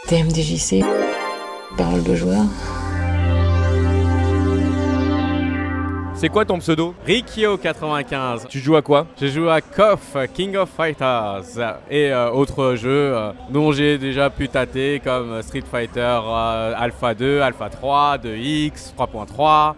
TMDJC, parole de joueur. C'est quoi ton pseudo? Rikyo95. Tu joues à quoi? Je joue à KOF, King of Fighters, et autres jeux dont j'ai déjà pu tâter comme Street Fighter Alpha 2, Alpha 3, 2X, 3.3.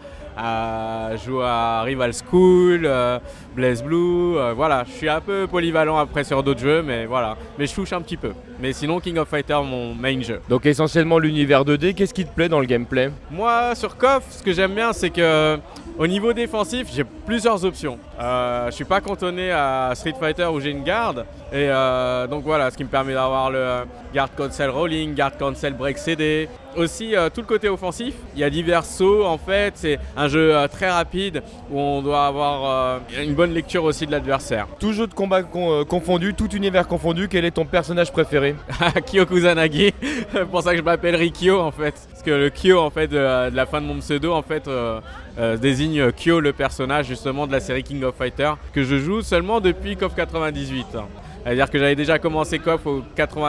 Je joue à Rival School, BlazBlue, voilà, je suis un peu polyvalent après sur d'autres jeux, mais voilà, mais je touche un petit peu. Mais sinon, King of Fighters, mon main jeu. Donc essentiellement l'univers 2D, qu'est-ce qui te plaît dans le gameplay? Moi, sur KOF, ce que j'aime bien, c'est que au niveau défensif, j'ai plusieurs options. Je suis pas cantonné à Street Fighter où j'ai une garde, et donc voilà, ce qui me permet d'avoir le guard cancel rolling, guard cancel break CD. Aussi, tout le côté offensif, il y a divers sauts en fait, c'est un jeu très rapide où on doit avoir une bonne lecture aussi de l'adversaire. Tout jeu de combat confondu, tout univers confondu, quel est ton personnage préféré? Kyo Kusanagi, c'est pour ça que je m'appelle Rikyo en fait. Parce que le Kyo en fait de la fin de mon pseudo en fait désigne Kyo, le personnage justement de la série King of Fighters que je joue seulement depuis KOF 98. C'est-à-dire que j'avais déjà commencé KOF au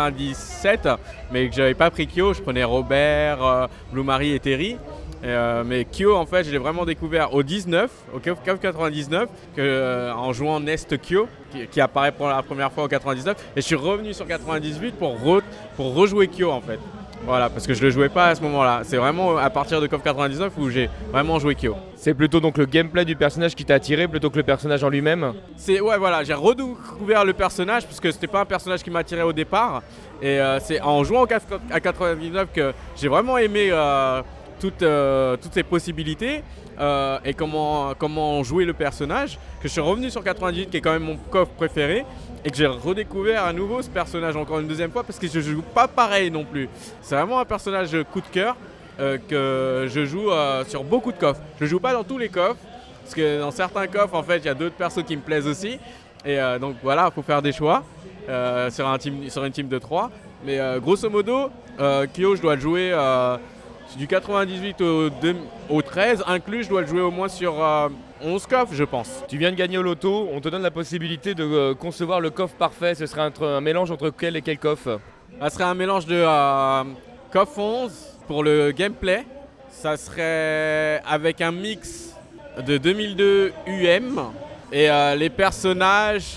97, mais que j'avais pas pris Kyo, je prenais Robert, Blue Marie et Terry. Mais Kyo en fait je l'ai vraiment découvert au 19, au KOF 99, en jouant Nest Kyo qui apparaît pour la première fois au 99, et je suis revenu sur 98 pour rejouer Kyo en fait. Voilà, parce que je le jouais pas à ce moment-là. C'est vraiment à partir de KOF 99 où j'ai vraiment joué Kyo. C'est plutôt donc le gameplay du personnage qui t'a attiré plutôt que le personnage en lui-même? Ouais, voilà, j'ai redécouvert le personnage parce que c'était pas un personnage qui m'attirait au départ. Et c'est en jouant à 99 que j'ai vraiment aimé toutes ces possibilités et comment jouer le personnage, que je suis revenu sur 98 qui est quand même mon KOF préféré, et que j'ai redécouvert à nouveau ce personnage encore une deuxième fois parce que je joue pas pareil non plus. C'est vraiment un personnage coup de cœur que je joue sur beaucoup de KOF. Je joue pas dans tous les KOF parce que dans certains KOF en fait il y a d'autres persos qui me plaisent aussi, et donc voilà, il faut faire des choix sur une team de 3. Mais grosso modo, Kyo je dois le jouer du 98 au 13 inclus, je dois le jouer au moins sur 11 KOF, je pense. Tu viens de gagner au loto, on te donne la possibilité de concevoir le KOF parfait. Ce serait un mélange entre quel et quel KOF? Ça serait un mélange de KOF 11 pour le gameplay. Ça serait avec un mix de 2002 UM et les personnages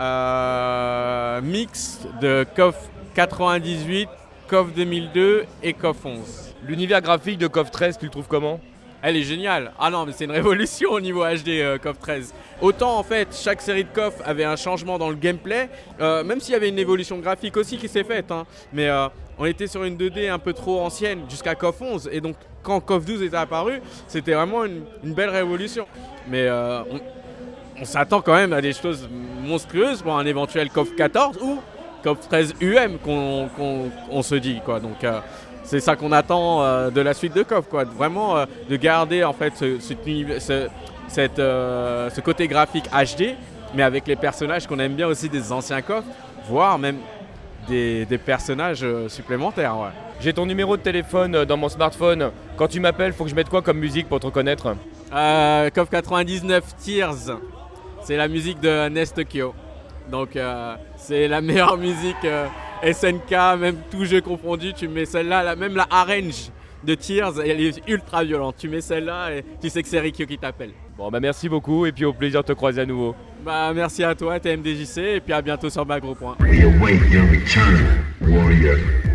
mix de KOF 98, KOF 2002 et KOF 11. L'univers graphique de KOF 13, tu le trouves comment? Elle est géniale. Ah non, mais c'est une révolution au niveau HD KOF 13. Autant en fait, chaque série de KOF avait un changement dans le gameplay, même s'il y avait une évolution graphique aussi qui s'est faite. Mais on était sur une 2D un peu trop ancienne jusqu'à KOF 11. Et donc quand KOF 12 était apparu, c'était vraiment une belle révolution. Mais on s'attend quand même à des choses monstrueuses pour un éventuel KOF 14 ou KOF 13 UM qu'on se dit, quoi. Donc c'est ça qu'on attend de la suite de KOF, quoi. Vraiment de garder en fait ce côté graphique HD, mais avec les personnages qu'on aime bien aussi des anciens KOF, voire même des personnages supplémentaires. Ouais. J'ai ton numéro de téléphone dans mon smartphone. Quand tu m'appelles, faut que je mette quoi comme musique pour te reconnaître? KOF 99 Tears, c'est la musique de Nest Kyo. Donc c'est la meilleure musique SNK, même tout jeu confondu, tu mets celle-là, même la arrange de Tears, elle est ultra violente. Tu mets celle-là et tu sais que c'est Rikyo qui t'appelle. Bon bah merci beaucoup et puis au plaisir de te croiser à nouveau. Bah merci à toi TMDJC et puis à bientôt sur Magro. We await your return, warrior.